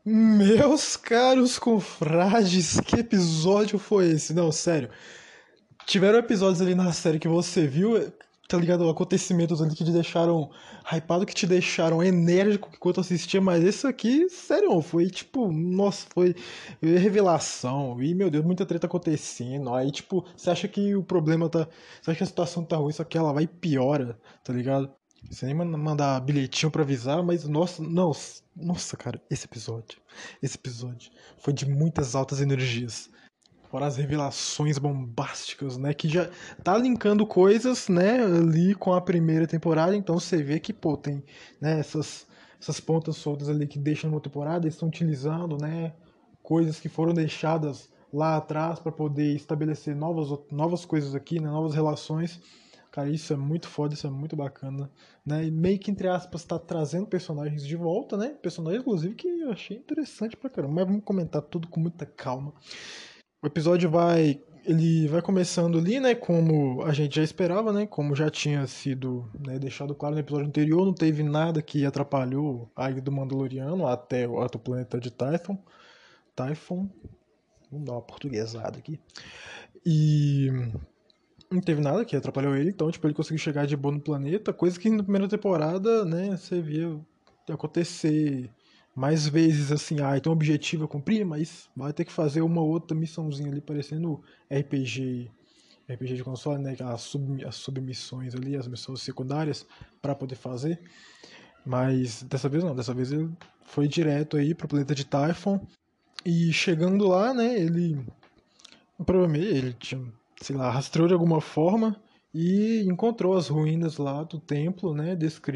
Meus caros confrades, que episódio foi esse? Não, sério. Tiveram episódios ali na série que você viu, tá ligado? Acontecimentos ali que te deixaram hypado, que te deixaram enérgico enquanto assistia, mas esse aqui, sério, foi tipo, nossa, foi revelação. E meu Deus, muita treta acontecendo. Aí, tipo, você acha que o problema tá. Você acha que a situação tá ruim, só que ela vai e piora, tá ligado? Você nem mandar bilhetinho pra avisar, mas nossa, não, nossa, cara, esse episódio foi de muitas altas energias. Fora as revelações bombásticas, né? Que já tá linkando coisas, né? Ali com a primeira temporada. Então você vê que, pô, tem, né, essas pontas soltas ali que deixam numa temporada. Eles estão utilizando, né? Coisas que foram deixadas lá atrás para poder estabelecer novas coisas aqui, né? Novas relações. Cara, isso é muito foda, isso é muito bacana, né? E meio que, entre aspas, tá trazendo personagens de volta, né? Personagens, inclusive, que eu achei interessante pra caramba. Mas vamos comentar tudo com muita calma. O episódio ele vai começando ali, né, como a gente já esperava, né, como já tinha sido, né, deixado claro no episódio anterior, não teve nada que atrapalhou a Ilha do Mandaloriano até o planeta de Typhon, vamos dar uma portuguesada aqui, e não teve nada que atrapalhou ele, então, tipo, ele conseguiu chegar de boa no planeta, coisa que na primeira temporada, né, você via acontecer mais vezes, assim, tem um objetivo a cumprir, mas vai ter que fazer uma outra missãozinha ali, parecendo RPG de console, né, as submissões ali, as missões secundárias, para poder fazer, mas dessa vez não, dessa vez ele foi direto aí pro planeta de Typhon, e chegando lá, né, provavelmente ele tinha, sei lá, rastreou de alguma forma e encontrou as ruínas lá do templo, né,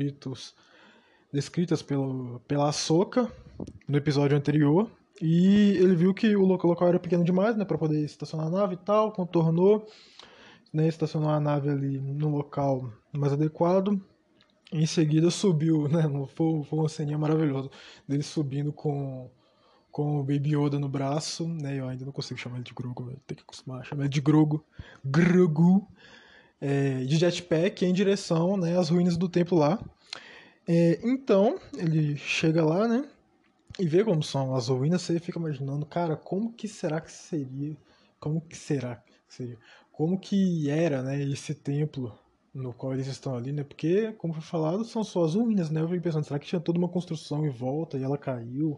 descritas pela Ahsoka no episódio anterior. E ele viu que o local era pequeno demais, né, para poder estacionar a nave e tal, contornou, né, estacionou a nave ali no local mais adequado. Em seguida subiu, né, foi uma ceninha maravilhosa dele subindo com o Baby Yoda no braço, né? Eu ainda não consigo chamar ele de Grogu, tem que acostumar a chamar ele de Grogu, de jetpack em direção, né, às ruínas do templo lá. Então, ele chega lá, né, e vê como são as ruínas, você fica imaginando, cara, como que será que seria, como que será que seria, como que era, né, esse templo no qual eles estão ali, né, porque, como foi falado, são só as ruínas, né, eu fico pensando, será que tinha toda uma construção em volta e ela caiu?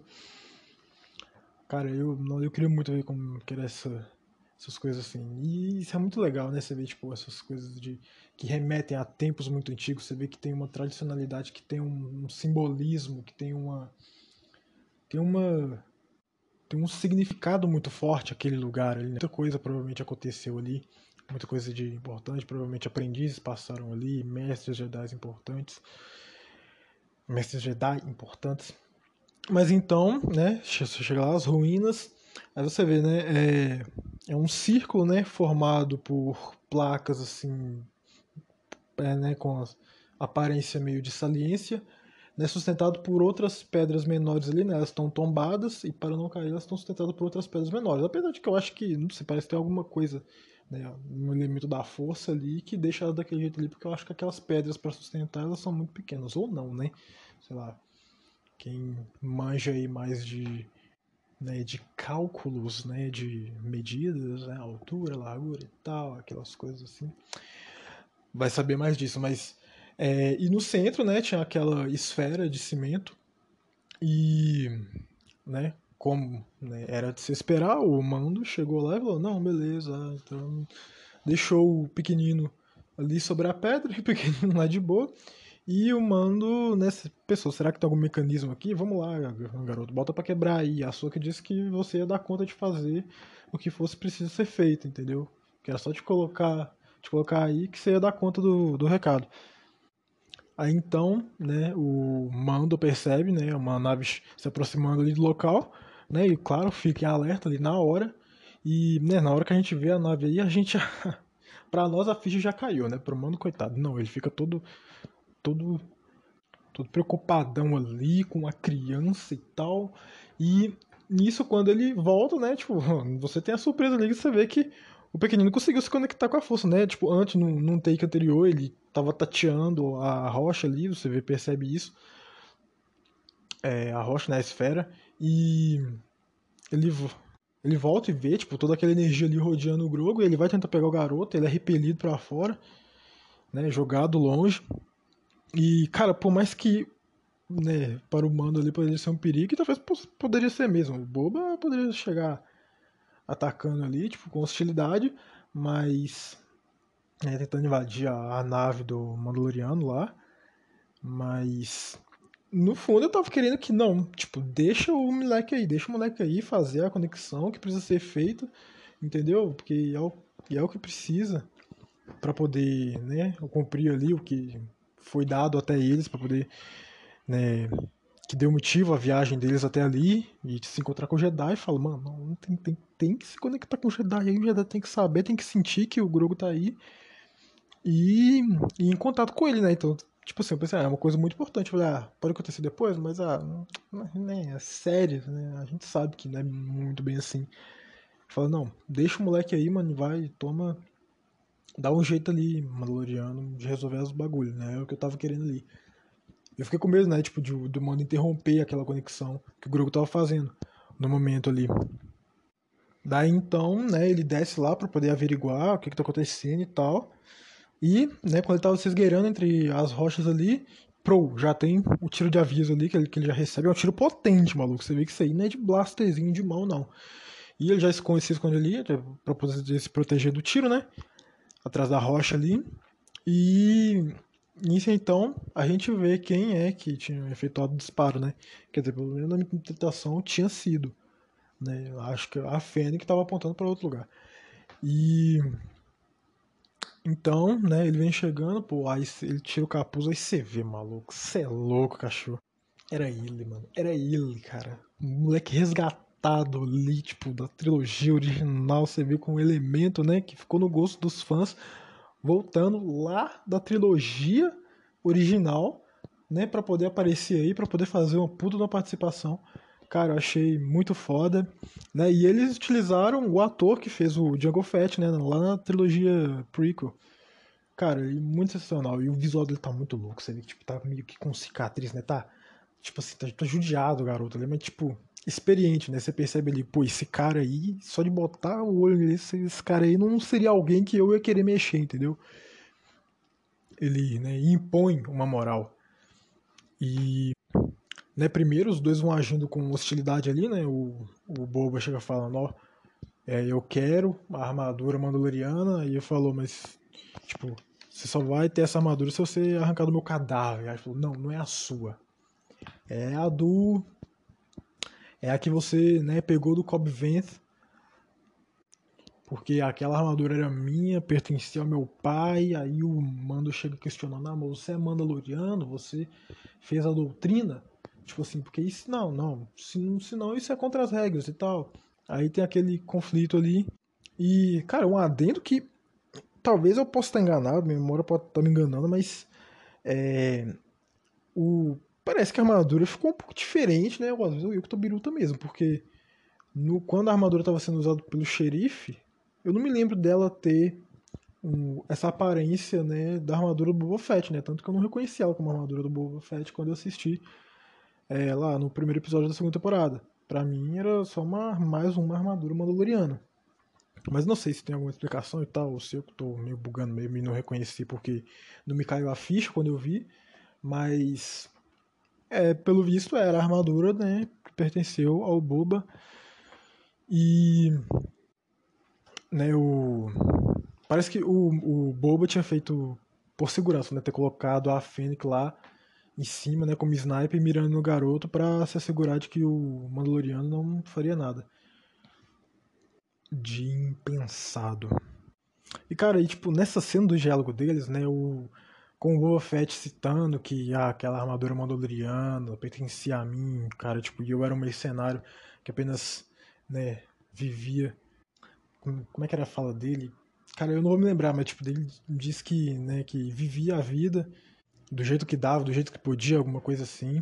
Cara, eu queria muito ver como que era essas coisas assim. E isso é muito legal, né? Você vê, tipo, essas coisas que remetem a tempos muito antigos. Você vê que tem uma tradicionalidade, que tem um simbolismo, que tem uma, tem um significado muito forte aquele lugar ali, né? Muita coisa provavelmente aconteceu ali. Muita coisa de importante. Provavelmente aprendizes passaram ali, mestres Jedi importantes. Mas então, né, você chega lá, as ruínas, aí você vê, né, é um círculo, né, formado por placas, assim, né, com a aparência meio de saliência, né, sustentado por outras pedras menores ali, né, elas estão tombadas e para não cair elas estão sustentadas por outras pedras menores. Apesar de que eu acho que, não sei, parece ter alguma coisa, né, um elemento da força ali que deixa elas daquele jeito ali, porque eu acho que aquelas pedras para sustentar elas são muito pequenas, ou não, né, sei lá. Quem manja aí mais de cálculos, né, de medidas, né, altura, largura e tal, aquelas coisas assim, vai saber mais disso. Mas e no centro, né, tinha aquela esfera de cimento e, né, como, né, era de se esperar, o Mando chegou lá e falou: não, beleza, então deixou o pequenino ali sobre a pedra e o pequenino lá de boa. E o Mando, né, pensou, será que tem algum mecanismo aqui? Vamos lá, garoto, bota pra quebrar aí. A Ahsoka disse que você ia dar conta de fazer o que fosse preciso ser feito, entendeu? Que era só te colocar aí que você ia dar conta do recado. Aí então, né, o Mando percebe, né, uma nave se aproximando ali do local, né, e claro, fica em alerta ali na hora. E, né, na hora que a gente vê a nave aí, a gente pra nós a ficha já caiu, né? Pro Mando, coitado. Não, ele fica todo todo preocupadão ali com a criança e tal. E nisso, quando ele volta, né? Tipo, você tem a surpresa ali que você vê que o pequenino conseguiu se conectar com a força, né? Tipo, antes, num take anterior, ele tava tateando a rocha ali, você percebe isso. A rocha na esfera. E ele, ele volta e vê, tipo, toda aquela energia ali rodeando o Grogu, e ele vai tentar pegar o garoto, ele é repelido pra fora, né, jogado longe. E, cara, por mais que, né, para o Mando ali poderia ser um perigo, e talvez poderia ser mesmo. O Boba poderia chegar atacando ali, tipo, com hostilidade, mas tentando invadir a nave do Mandaloriano lá, mas no fundo eu tava querendo que não, tipo, deixa o moleque aí fazer a conexão que precisa ser feita, entendeu? Porque é o que precisa para poder, né, cumprir ali o que foi dado até eles para poder, né, que deu motivo à viagem deles até ali e se encontrar com o Jedi e fala, mano, não tem que se conectar com o Jedi aí, o Jedi tem que saber, tem que sentir que o Grogu tá aí e, e em contato com ele, né? Então, tipo assim, eu pensei, é uma coisa muito importante. Eu falei, pode acontecer depois, mas nem é sério, né? A gente sabe que não é muito bem assim. Fala, não, deixa o moleque aí, mano, vai, toma, dá um jeito ali, Mandaloriano, de resolver os bagulhos, né? É o que eu tava querendo ali. Eu fiquei com medo, né, tipo, do mano interromper aquela conexão que o Grogu tava fazendo no momento ali. Daí então, né, ele desce lá pra poder averiguar o que tá acontecendo e tal. E, né, quando ele tava se esgueirando entre as rochas ali, já tem o tiro de aviso ali que ele já recebe. É um tiro potente, maluco. Você vê que isso aí não é de blasterzinho de mão, não. E ele já se esconde ali, pra poder se proteger do tiro, né? Atrás da rocha ali. E nisso então, a gente vê quem é que tinha efetuado o disparo, né? Quer dizer, pelo menos na minha interpretação tinha sido. Né? Eu acho que a Fênix estava apontando para outro lugar. E então, né, ele vem chegando, pô, aí ele tira o capuz, aí você vê, maluco. Você é louco, cachorro. Era ele, mano. Era ele, cara. Um moleque resgatado ali, tipo, da trilogia original. Você vê com um elemento, né, que ficou no gosto dos fãs. Voltando lá da trilogia original, né, pra poder aparecer aí, pra poder fazer uma puta da participação. Cara, eu achei muito foda, né? E eles utilizaram o ator que fez o Jango Fett, né, lá na trilogia prequel. Cara, ele é muito sensacional. E o visual dele tá muito louco. Você vê que tipo, tá meio que com cicatriz, né? Tá, tipo assim, tá judiado o garoto ali, mas tipo, experiente, né? Você percebe ali, pô, esse cara aí, só de botar o olho nele, esse cara aí não seria alguém que eu ia querer mexer, entendeu? Ele, né, impõe uma moral. E, né, primeiro os dois vão agindo com hostilidade ali, né? O Boba chega falando, ó, eu quero a armadura mandaloriana, e ele falou, mas, tipo, você só vai ter essa armadura se você arrancar do meu cadáver. Aí ele falou, não, não é a sua. É a do. É a que você, né, pegou do Cobb Vanth, porque aquela armadura era minha, pertencia ao meu pai. Aí o Mando chega questionando: mas você é Mandaloriano? Você fez a doutrina? Tipo assim, porque isso não. Senão isso é contra as regras e tal. Aí tem aquele conflito ali. E, cara, um adendo que talvez eu possa estar enganado, minha memória pode estar me enganando, mas parece que a armadura ficou um pouco diferente, né? Ou às vezes o Yukito Biruta mesmo, porque quando a armadura estava sendo usada pelo xerife, eu não me lembro dela ter essa aparência, né, da armadura do Boba Fett, né? Tanto que eu não reconheci ela como armadura do Boba Fett quando eu assisti lá no primeiro episódio da segunda temporada. Pra mim era só mais uma armadura mandaloriana. Mas não sei se tem alguma explicação e tal, ou se eu tô meio bugando mesmo e não reconheci porque não me caiu a ficha quando eu vi. Mas, pelo visto era a armadura, né, que pertenceu ao Boba. E, né, parece que o Boba tinha feito por segurança, né, ter colocado a Fennec lá em cima, né, como sniper, mirando no garoto pra se assegurar de que o Mandaloriano não faria nada de impensado. E, cara, e, tipo, nessa cena do diálogo deles, né, com o Boba Fett citando que aquela armadura mandaloriana pertencia a mim, cara, tipo, e eu era um mercenário que apenas, né, vivia. Como é que era a fala dele? Cara, eu não vou me lembrar, mas, tipo, ele diz que, né, que vivia a vida do jeito que dava, do jeito que podia, alguma coisa assim.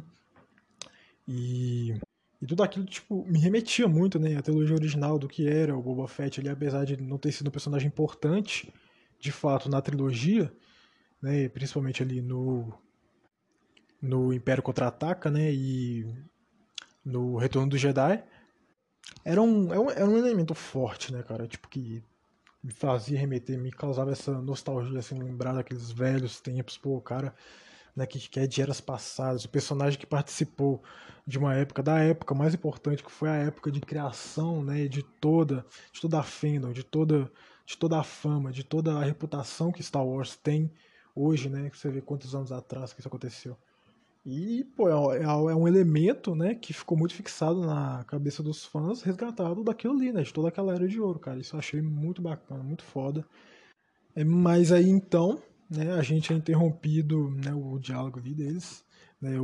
E, e tudo aquilo, tipo, me remetia muito, né, à trilogia original do que era o Boba Fett ali, apesar de não ter sido um personagem importante, de fato, na trilogia, né, principalmente ali no Império Contra-Ataca, né, e no Retorno do Jedi. Era um elemento forte, né, cara? Tipo, que me fazia remeter, me causava essa nostalgia, assim, lembrar daqueles velhos tempos, pô, o cara, né, que é de eras passadas, o personagem que participou de uma época, da época mais importante, que foi a época de criação, né, de toda a fandom, de toda a fama, de toda a reputação que Star Wars tem hoje, né, que você vê quantos anos atrás que isso aconteceu. E, pô, é um elemento, né, que ficou muito fixado na cabeça dos fãs, resgatado daquilo ali, né, de toda aquela era de ouro, cara. Isso eu achei muito bacana, muito foda. Mas aí então, né, a gente é interrompido, né, o diálogo ali deles, né,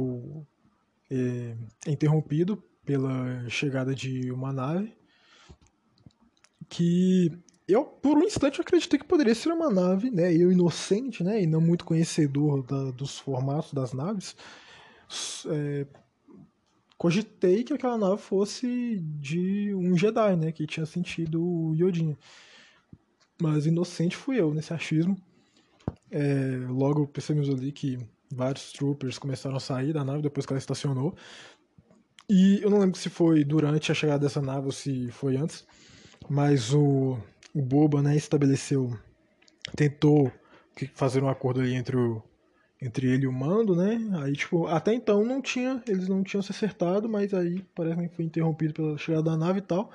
é interrompido pela chegada de uma nave que eu, por um instante, eu acreditei que poderia ser uma nave, né, eu inocente, né, e não muito conhecedor dos formatos das naves, é, cogitei que aquela nave fosse de um Jedi, né, que tinha sentido o Yodinha. Mas inocente fui eu nesse achismo. Logo percebemos ali que vários troopers começaram a sair da nave depois que ela estacionou. E eu não lembro se foi durante a chegada dessa nave ou se foi antes, mas o Boba, né, tentou fazer um acordo ali entre ele e o Mando, né? Aí, tipo, até então eles não tinham se acertado, mas aí parece que foi interrompido pela chegada da nave e tal.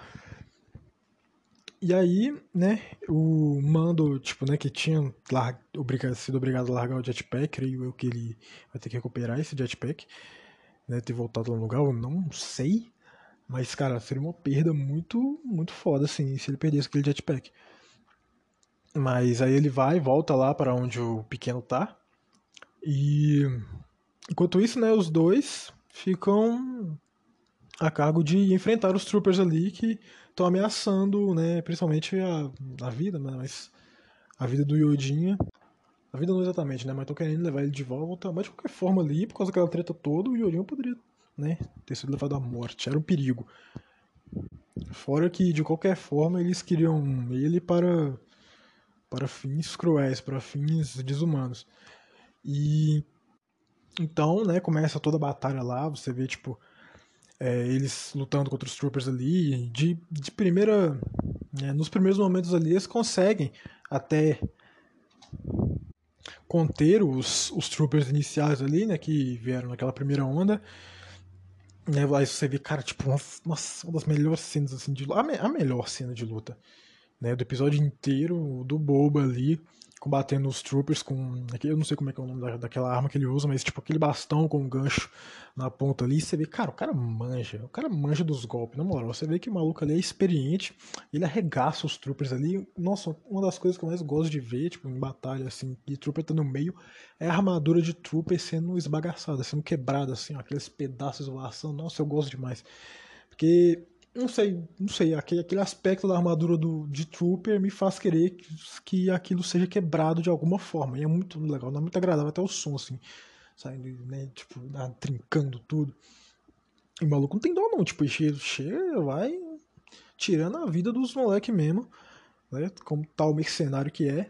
E aí, né, o Mando, tipo, né, que tinha sido obrigado a largar o jetpack, creio eu que ele vai ter que recuperar esse jetpack, né, ter voltado lá no lugar, eu não sei, mas, cara, seria uma perda muito, muito foda, assim, se ele perdesse aquele jetpack. Mas aí ele volta lá para onde o pequeno tá, e enquanto isso, né, os dois ficam a cargo de enfrentar os troopers ali que estão ameaçando, né, principalmente a vida, né, mas a vida do Yodinha. A vida não exatamente, né, mas estão querendo levar ele de volta. Mas de qualquer forma ali, por causa daquela treta toda, o Yodinha poderia, né, ter sido levado à morte. Era um perigo. Fora que, de qualquer forma, eles queriam ele para fins cruéis, para fins desumanos. E então, né, começa toda a batalha lá, você vê, tipo, eles lutando contra os troopers ali, de primeira, né, nos primeiros momentos ali eles conseguem até conter os troopers iniciais ali, né, que vieram naquela primeira onda, né, aí você vê, cara, tipo, uma das melhores cenas, assim, de luta, a melhor cena de luta, né, do episódio inteiro, do Boba ali, combatendo os troopers com, eu não sei como é que é o nome daquela arma que ele usa, mas tipo aquele bastão com um gancho na ponta ali, você vê, cara, o cara manja dos golpes, na moral, você vê que o maluco ali é experiente, ele arregaça os troopers ali, nossa, uma das coisas que eu mais gosto de ver, tipo, em batalha, assim, e trooper tá no meio, é a armadura de trooper sendo esbagaçada, sendo quebrada, assim, ó, aqueles pedaços voação, nossa, eu gosto demais, porque não sei, aquele aspecto da armadura de Trooper me faz querer que aquilo seja quebrado de alguma forma. E é muito legal, não é muito agradável até o som, assim, saindo, né, tipo, trincando tudo. E o maluco não tem dó não, tipo, chega, vai tirando a vida dos moleque mesmo, né, como tal mercenário que é.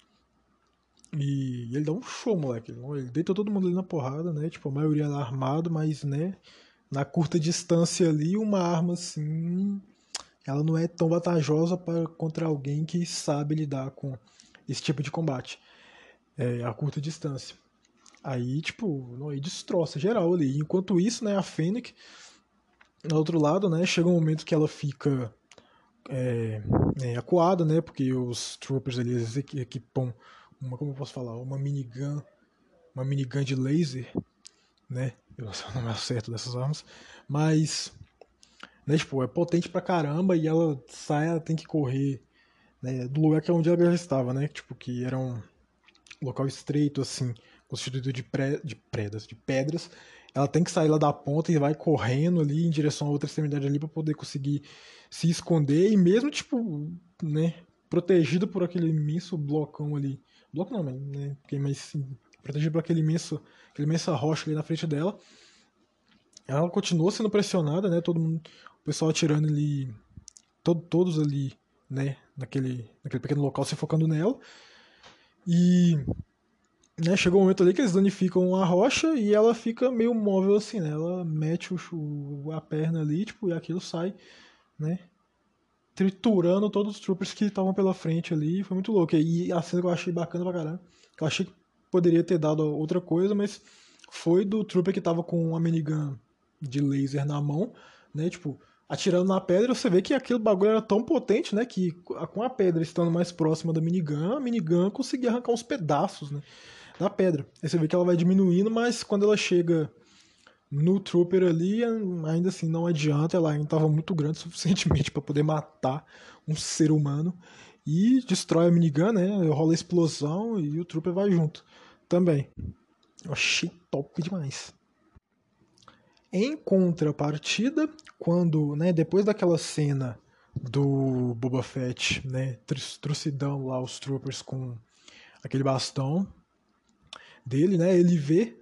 E ele dá um show, moleque. Ele deita todo mundo ali na porrada, né, tipo, a maioria lá armado, mas, né, na curta distância ali, uma arma assim ela não é tão vantajosa contra alguém que sabe lidar com esse tipo de combate a curta distância. Aí, tipo, aí destroça geral ali. Enquanto isso, né, a Fennec, do outro lado, né, chega um momento que ela fica acuada, né, porque os troopers ali equipam como eu posso falar, uma minigun de laser, né, eu não sei o nome certo dessas armas, mas, né, tipo, é potente pra caramba e ela tem que correr, né, do lugar que é onde ela já estava, né? Tipo, que era um local estreito, assim, constituído de pedras. Ela tem que sair lá da ponta e vai correndo ali em direção a outra extremidade ali para poder conseguir se esconder e mesmo, tipo, né, protegido por aquele imenso blocão ali. Bloco não, né? Mas sim, protegido por aquela imensa rocha ali na frente dela. Ela continuou sendo pressionada, né? Todo mundo, o pessoal atirando ali, todos ali, né? Naquele pequeno local se focando nela. E né, chegou um momento ali que eles danificam a rocha e ela fica meio móvel assim, né? Ela mete a perna ali, tipo, e aquilo sai, né? Triturando todos os troopers que estavam pela frente ali. Foi muito louco. E a cena que eu achei bacana pra caramba, que eu achei que poderia ter dado outra coisa, mas foi do trooper que tava com a minigun de laser na mão, né? Tipo, atirando na pedra, você vê que aquele bagulho era tão potente, né? Que com a pedra estando mais próxima da minigun, a minigun conseguia arrancar uns pedaços, né? Da pedra. Aí você vê que ela vai diminuindo, mas quando ela chega no Trooper ali, ainda assim não adianta, ela ainda estava muito grande o suficientemente para poder matar um ser humano. E destrói a minigun, né? Rola a explosão e o Trooper vai junto também. Eu achei top demais. Em contrapartida, quando, né, depois daquela cena do Boba Fett, né, trucidando lá os Troopers com aquele bastão dele, né, ele vê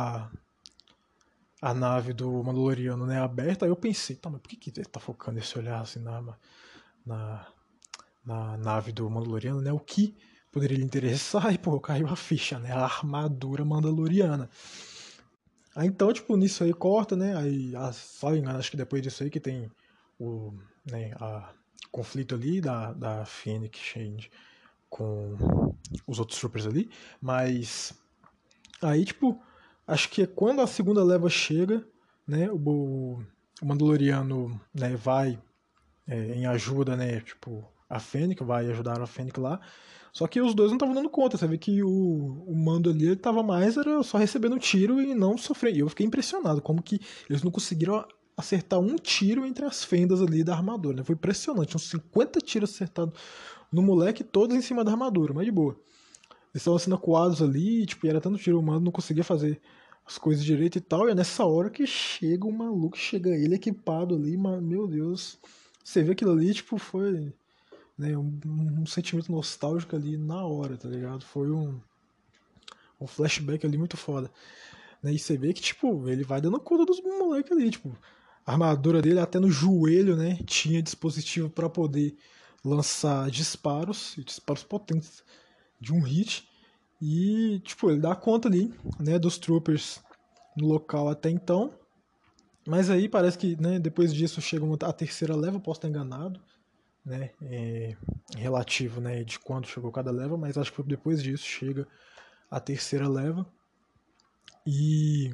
a nave do Mandaloriano, né, aberta, aí eu pensei, tá, mas por que ele tá focando esse olhar assim na, na nave do Mandaloriano, né, o que poderia lhe interessar? E, pô, caiu a ficha, né, a armadura mandaloriana. Aí, então, tipo, nisso aí corta, né, aí, só engano, acho que depois disso aí que tem o, né, conflito ali da Fennec Shand com os outros troopers ali, mas aí, tipo, acho que é quando a segunda leva chega, né, o Mandaloriano, né, vai em ajuda, né, tipo, a Fennec, vai ajudar a Fennec lá, só que os dois não estavam dando conta, você vê que o Mando ali, ele tava mais, era só recebendo tiro e não sofrendo, e eu fiquei impressionado, como que eles não conseguiram acertar um tiro entre as fendas ali da armadura, né, foi impressionante, uns 50 tiros acertados no moleque, todos em cima da armadura, mas de boa. Eles estavam sendo acuados ali, tipo, e era tanto tiro humano, não conseguia fazer as coisas direito e tal. E é nessa hora que chega o maluco, chega ele equipado ali, mas, meu Deus. Você vê aquilo ali, tipo, foi, né, um sentimento nostálgico ali na hora, tá ligado? Foi um flashback ali muito foda. Né? E você vê que, tipo, ele vai dando conta dos moleques ali, tipo, a armadura dele até no joelho, né, tinha dispositivo para poder lançar disparos, e disparos potentes de um hit. E, tipo, ele dá conta ali, né, dos troopers no local até então. Mas aí parece que, né, depois disso chega a terceira leva, posso estar enganado, né, relativo, né, de quando chegou cada leva, mas acho que foi depois disso chega a terceira leva. E...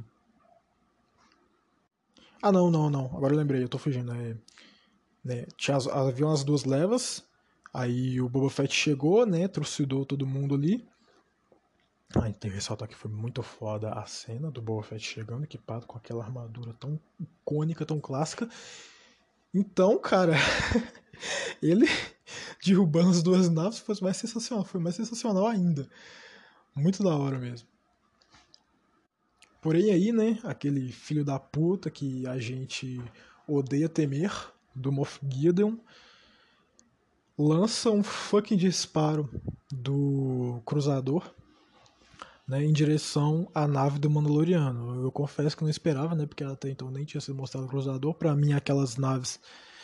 Ah, não, não, não, agora eu lembrei, eu tô fugindo, né, haviam as duas levas, aí o Boba Fett chegou, né, trucidou todo mundo ali. Ah, tem que ressaltar que foi muito foda a cena do Boba Fett chegando equipado com aquela armadura tão icônica, tão clássica. Então, cara, ele derrubando as duas naves foi mais sensacional ainda. Muito da hora mesmo. Porém aí, né, aquele filho da puta que a gente odeia temer, do Moff Gideon, lança um fucking disparo do cruzador, né, em direção à nave do Mandaloriano. Eu confesso que não esperava, né, porque até então nem tinha sido mostrado o cruzador. Para mim, aquelas naves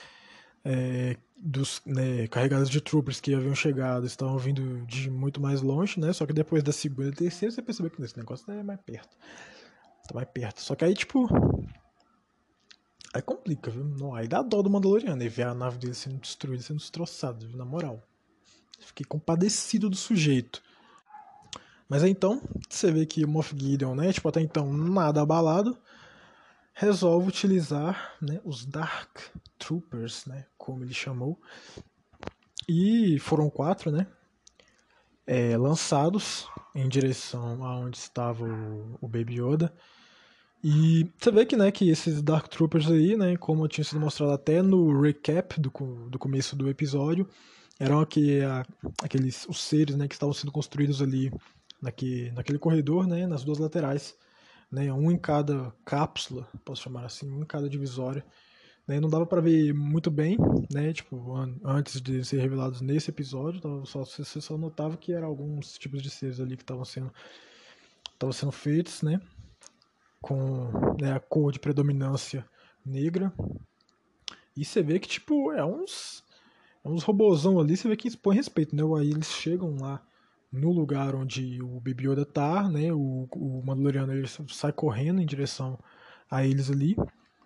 né, carregadas de troopers que haviam chegado estavam vindo de muito mais longe, né? Só que depois da segunda e terceira você percebeu que esse negócio é mais perto. Tá mais perto. Só que aí, tipo. Aí complica, viu? Não, aí dá dó do Mandaloriano e ver a nave dele sendo destruída, sendo destroçada, viu? Na moral. Fiquei compadecido do sujeito. Mas aí então, você vê que o Moff Gideon, né? Tipo, até então nada abalado, resolve utilizar, né, os Dark Troopers, né? Como ele chamou. E foram 4, né? Lançados em direção aonde estava o Baby Yoda. E você vê que, né, que esses Dark Troopers aí, né, como tinha sido mostrado até no recap do começo do episódio, eram aqueles os seres, né, que estavam sendo construídos ali naquele corredor, né, nas duas laterais, né, um em cada cápsula, posso chamar assim, um em cada divisória. Né, não dava para ver muito bem, né, tipo, antes de ser revelados nesse episódio, você só notava que eram alguns tipos de seres ali que estavam sendo feitos, né, com, né, a cor de predominância negra. E você vê que, tipo, é uns robôzão ali, você vê que expõe respeito, né? Aí eles chegam lá no lugar onde o Baby Yoda tá, né? O Mandaloriano ele sai correndo em direção a eles ali.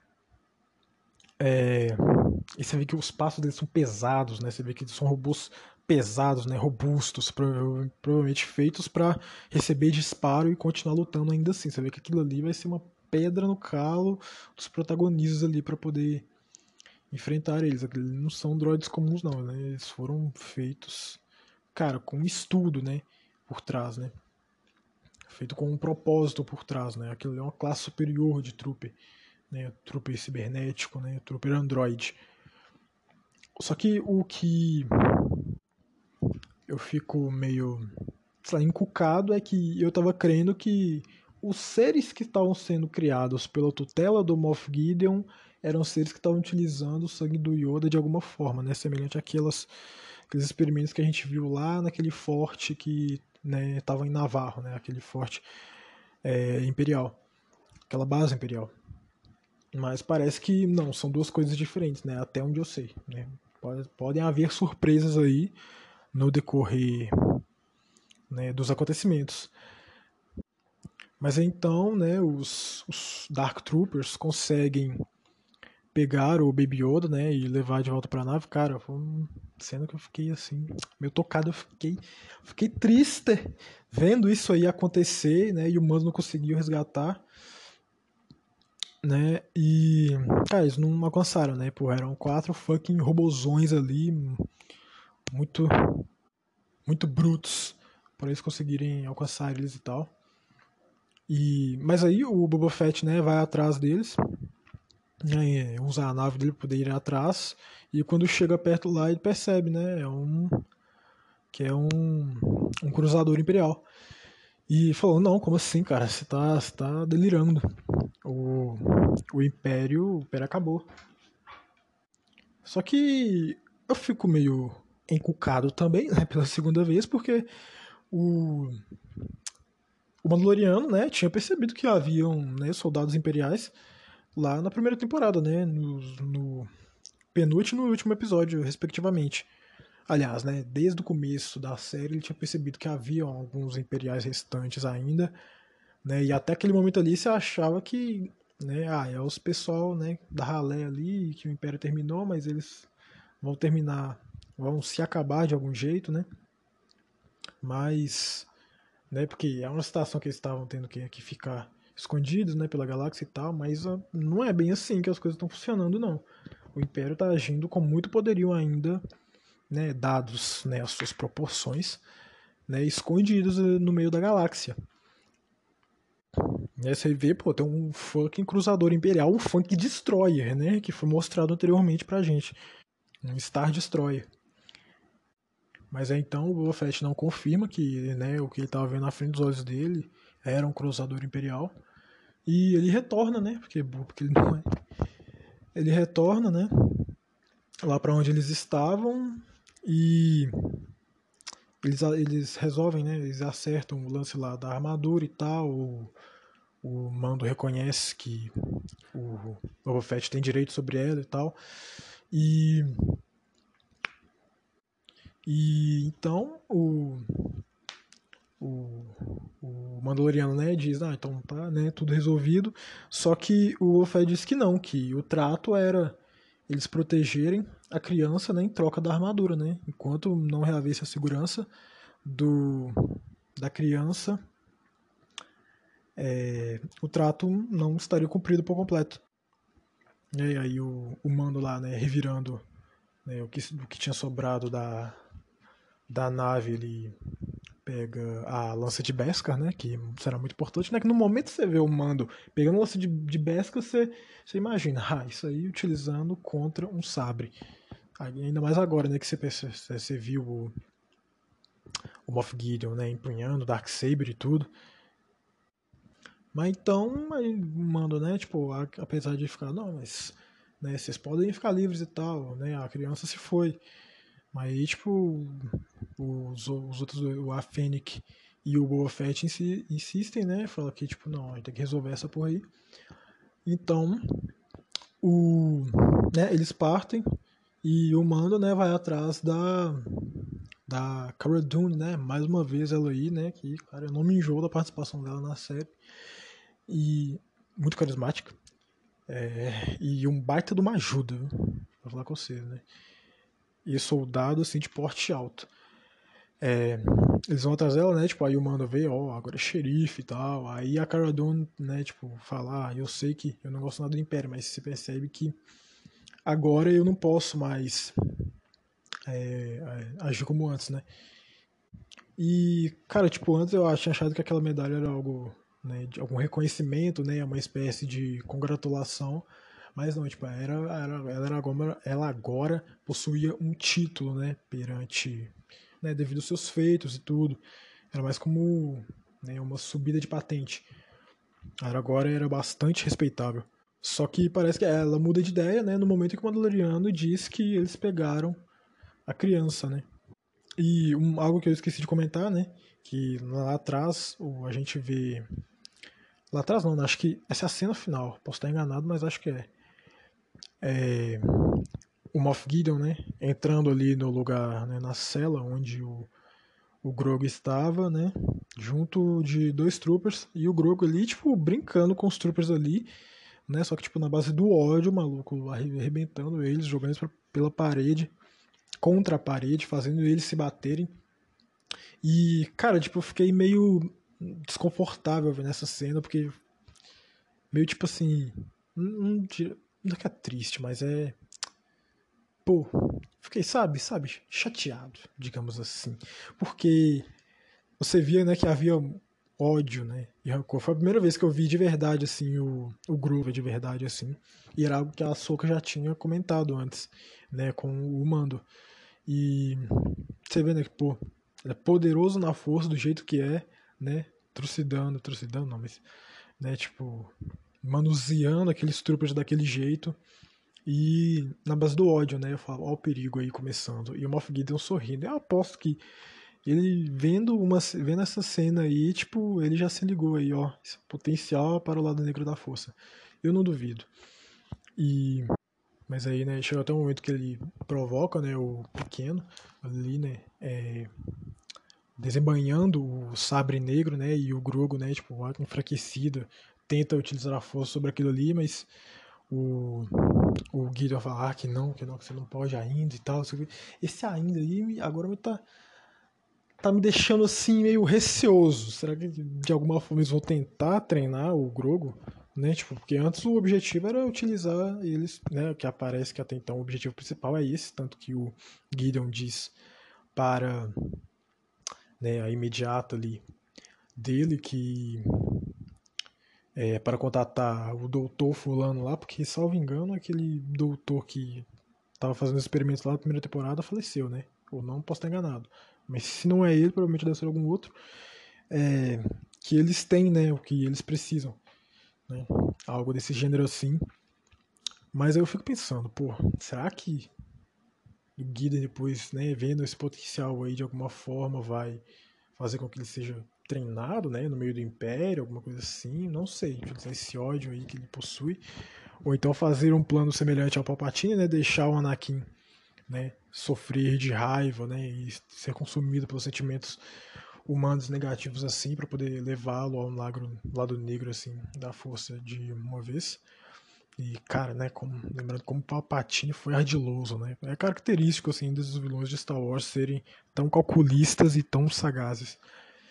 E você vê que os passos deles são pesados, né? Você vê que eles são robôs pesados, né? Robustos, provavelmente feitos para receber disparo e continuar lutando ainda assim. Você vê que aquilo ali vai ser uma pedra no calo dos protagonistas ali para poder enfrentar eles. Eles não são droids comuns não, né? Eles foram feitos, cara, com estudo, né? Por trás, né? Feito com um propósito por trás, né? Aquilo é uma classe superior de trooper, né? Trooper cibernético, né? Trooper android. Só que o que eu fico meio, sei lá, encucado é que eu tava crendo que os seres que estavam sendo criados pela tutela do Moff Gideon eram seres que estavam utilizando o sangue do Yoda de alguma forma, né? Semelhante àqueles experimentos que a gente viu lá naquele forte que estava em Navarro, né? Aquele forte imperial, aquela base imperial. Mas parece que não, são duas coisas diferentes, né? Até onde eu sei, né? Podem haver surpresas aí no decorrer, né, dos acontecimentos. Mas então, né, os Dark Troopers conseguem pegar o Baby Yoda, né, e levar de volta para a nave. Cara, foi uma cena que eu fiquei assim, meio tocado, fiquei triste vendo isso aí acontecer, né, e o Mando não conseguiu resgatar, né, e cara, eles não alcançaram, né, pô, eram 4 fucking robozões ali, muito muito brutos para eles conseguirem alcançar eles e tal. Mas aí o Boba Fett, né, vai atrás deles, né, usa a nave dele para poder ir atrás, e quando chega perto lá ele percebe, né, que é um cruzador imperial. E falou, não, como assim, cara, você tá delirando. O, o Império acabou. Só que eu fico meio encucado também, né, pela segunda vez, porque o, o Mandaloriano, né, tinha percebido que haviam, né, soldados imperiais lá na primeira temporada, né, no penúltimo e no último episódio, respectivamente. Aliás, né, desde o começo da série ele tinha percebido que havia alguns imperiais restantes ainda, né, e até aquele momento ali você achava que, né, é os pessoal, né, da ralé ali, que o império terminou, mas eles vão terminar, vão se acabar de algum jeito, né, mas, né, porque é uma situação que eles estavam tendo que ficar escondidos, né, pela galáxia e tal, mas não é bem assim que as coisas estão funcionando, não. O Império está agindo com muito poderio ainda, né, dados, né, as suas proporções, né, escondidos no meio da galáxia. Né, você vê, pô, tem um fucking cruzador imperial, um funk destroyer, né, que foi mostrado anteriormente pra gente. Um Star Destroyer. Mas aí então o Boba Fett não confirma que, né, o que ele estava vendo na frente dos olhos dele era um cruzador imperial. E ele retorna, né, porque ele não é. Ele retorna, né, lá para onde eles estavam e eles resolvem, né, eles acertam o lance lá da armadura e tal. O Mando reconhece que o Boba Fett tem direito sobre ela e tal. E, então o, o Mandaloriano, né, diz, então tá, né, tudo resolvido. Só que o Boba Fett diz que não, que o trato era eles protegerem a criança, né, em troca da armadura, né? Enquanto não reavesse a segurança do da criança, o trato não estaria cumprido por completo. E aí o Mando lá, né, revirando, né, o que tinha sobrado da nave, ele pega a lança de Beskar, né, que será muito importante, né, que no momento que você vê o Mando pegando a lança de Beskar, você imagina, isso aí utilizando contra um sabre. Ainda mais agora, né, que você viu o Moff Gideon, né, empunhando o Darksaber e tudo. Mas então, aí manda, né, tipo, apesar de ficar, não, mas, né, vocês podem ficar livres e tal, né, a criança se foi. Mas aí, tipo, os outros, o Fennec e o Boba Fett insistem, né, fala que, tipo, não, a gente tem que resolver essa porra aí. Então, né, eles partem e o Mando, né, vai atrás da Cara Dune, né? Mais uma vez ela aí, né? Que, cara, eu não me enjoo da participação dela na série. E muito carismática. E um baita de uma ajuda, viu? Pra falar com vocês, né? E soldado, assim, de porte alto. Eles vão atrás dela, né? Tipo, aí o mano vê, ó, agora é xerife e tal. Aí a Cara Dune, né, tipo, fala, eu sei que eu não gosto nada do Império, mas você percebe que agora eu não posso mais agir como antes, né? E, cara, tipo, antes eu tinha achado que aquela medalha era algo, né, de algum reconhecimento, né, uma espécie de congratulação, mas não, tipo, ela agora possuía um título, né, perante, né, devido aos seus feitos e tudo. Era mais como, né, uma subida de patente. Ela agora era bastante respeitável. Só que parece que ela muda de ideia, né, no momento em que o Mandaloriano diz que eles pegaram a criança, né. E algo que eu esqueci de comentar, né? Que lá atrás a gente vê. Lá atrás não, acho que essa é a cena final. Posso estar enganado, mas acho que é. O Moff Gideon, né? Entrando ali no lugar, né, na cela onde o Grogu estava, né? Junto de dois troopers. E o Grogu ali, tipo, brincando com os troopers ali, né? Só que, tipo, na base do ódio, o maluco arrebentando eles, jogando eles pela parede, contra a parede, fazendo eles se baterem. E, cara, tipo, eu fiquei meio desconfortável vendo essa cena, porque meio tipo assim. Não é que é triste, mas é. Pô, fiquei, sabe, chateado, digamos assim. Porque você via, né, que havia ódio, né, e rancor. Foi a primeira vez que eu vi de verdade, assim, o Groove de verdade, assim. E era algo que a Ahsoka já tinha comentado antes, né, com o Mando. E você vê, né, que, pô, ele é poderoso na força do jeito que é, né, trucidando não, mas, né, tipo, manuseando aqueles troopers daquele jeito e na base do ódio, né, eu falo, ó o perigo aí começando, e o Moff Gideon sorrindo, eu aposto que ele vendo essa cena aí, tipo, ele já se ligou aí, ó, esse potencial para o lado negro da força, eu não duvido. E mas aí, né, chega até um momento que ele provoca, né, o pequeno ali, né, desembanhando o sabre negro, né, e o Grogu, né, tipo, enfraquecido, tenta utilizar a força sobre aquilo ali, mas o, o Gideon fala que não, que você não pode ainda e tal. Esse ainda aí agora tá me deixando assim meio receoso. Será que de alguma forma eles vão tentar treinar o Grogu? Né, tipo, porque antes o objetivo era utilizar eles, né, que aparece que até então o objetivo principal é esse, tanto que o Gideon diz para, né, a imediata ali dele que para contatar o doutor fulano lá, porque, salvo engano, aquele doutor que estava fazendo experimentos lá na primeira temporada faleceu, né? Ou não, posso estar enganado. Mas se não é ele, provavelmente deve ser algum outro. É, que eles têm, né? O que eles precisam. Né? Algo desse gênero assim. Mas aí eu fico pensando, pô, será que o Guida depois, né, vendo esse potencial aí de alguma forma vai fazer com que ele seja treinado, né, no meio do Império, alguma coisa assim, não sei, utilizar esse ódio aí que ele possui, ou então fazer um plano semelhante ao Palpatine, né, deixar o Anakin, né, sofrer de raiva, né, e ser consumido pelos sentimentos humanos negativos assim, para poder levá-lo ao lado negro assim da força de uma vez. E, cara, né, lembrando como o Palpatine foi ardiloso, né? É característico, assim, dos vilões de Star Wars serem tão calculistas e tão sagazes.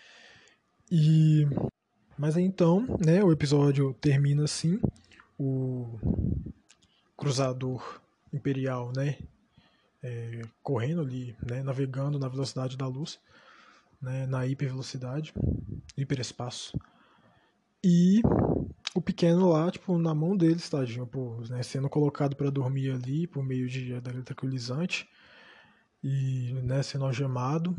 E... Mas aí, então, né, o episódio termina assim, o cruzador imperial, né, correndo ali, né, navegando na velocidade da luz, né, na hipervelocidade, hiperespaço. E o pequeno lá, tipo, na mão deles, tadinho, pô, né, sendo colocado para dormir ali por meio de tranquilizante e, né, sendo algemado.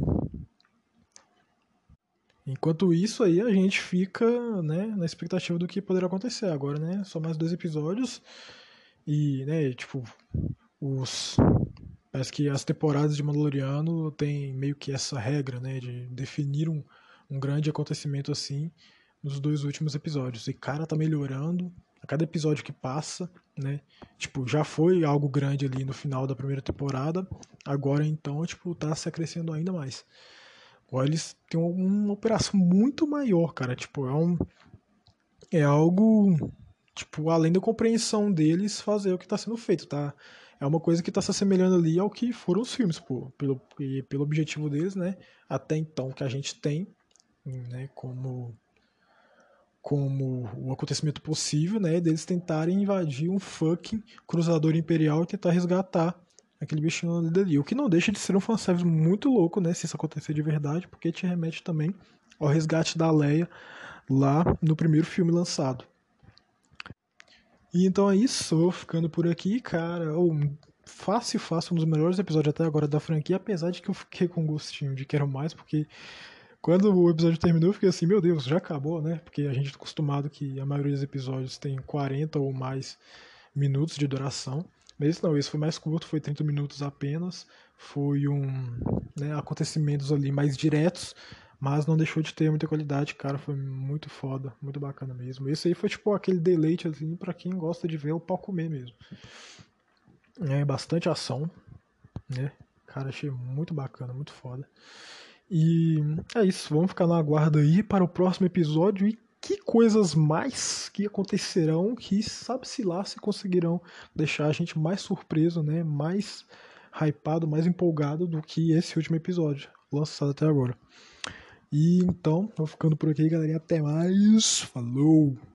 Enquanto isso aí a gente fica, né, na expectativa do que poderá acontecer agora, né? Só mais 2 episódios e, né, tipo, os parece que as temporadas de Mandaloriano tem meio que essa regra, né, de definir um grande acontecimento assim nos 2 últimos episódios. E cara, tá melhorando cada episódio que passa, né? Tipo, já foi algo grande ali no final da primeira temporada, agora então, tipo, tá se acrescendo ainda mais. Agora eles têm uma operação muito maior, cara. Tipo, é algo, tipo, além da compreensão deles fazer o que tá sendo feito, tá? É uma coisa que tá se assemelhando ali ao que foram os filmes, pô, pelo objetivo deles, né? Até então que a gente tem, né, como o acontecimento possível, né, deles tentarem invadir um fucking cruzador imperial e tentar resgatar aquele bichinho ali dali. O que não deixa de ser um fanservice muito louco, né, se isso acontecer de verdade, porque te remete também ao resgate da Leia lá no primeiro filme lançado. E então é isso, vou ficando por aqui, cara. Fácil, fácil, um dos melhores episódios até agora da franquia, apesar de que eu fiquei com gostinho de quero mais, porque quando o episódio terminou, eu fiquei assim, meu Deus, já acabou, né? Porque a gente tá acostumado que a maioria dos episódios tem 40 ou mais minutos de duração. Mas esse não, esse foi mais curto, foi 30 minutos apenas. Foi né, acontecimentos ali mais diretos, mas não deixou de ter muita qualidade, cara. Foi muito foda, muito bacana mesmo. Esse aí foi tipo aquele deleite assim, pra quem gosta de ver o pau comer mesmo. É bastante ação, né? Cara, achei muito bacana, muito foda. E é isso, vamos ficar na aguardo aí para o próximo episódio e que coisas mais que acontecerão que sabe-se lá se conseguirão deixar a gente mais surpreso, né? Mais hypado, mais empolgado do que esse último episódio lançado até agora. E então, vou ficando por aqui, galerinha. Até mais. Falou!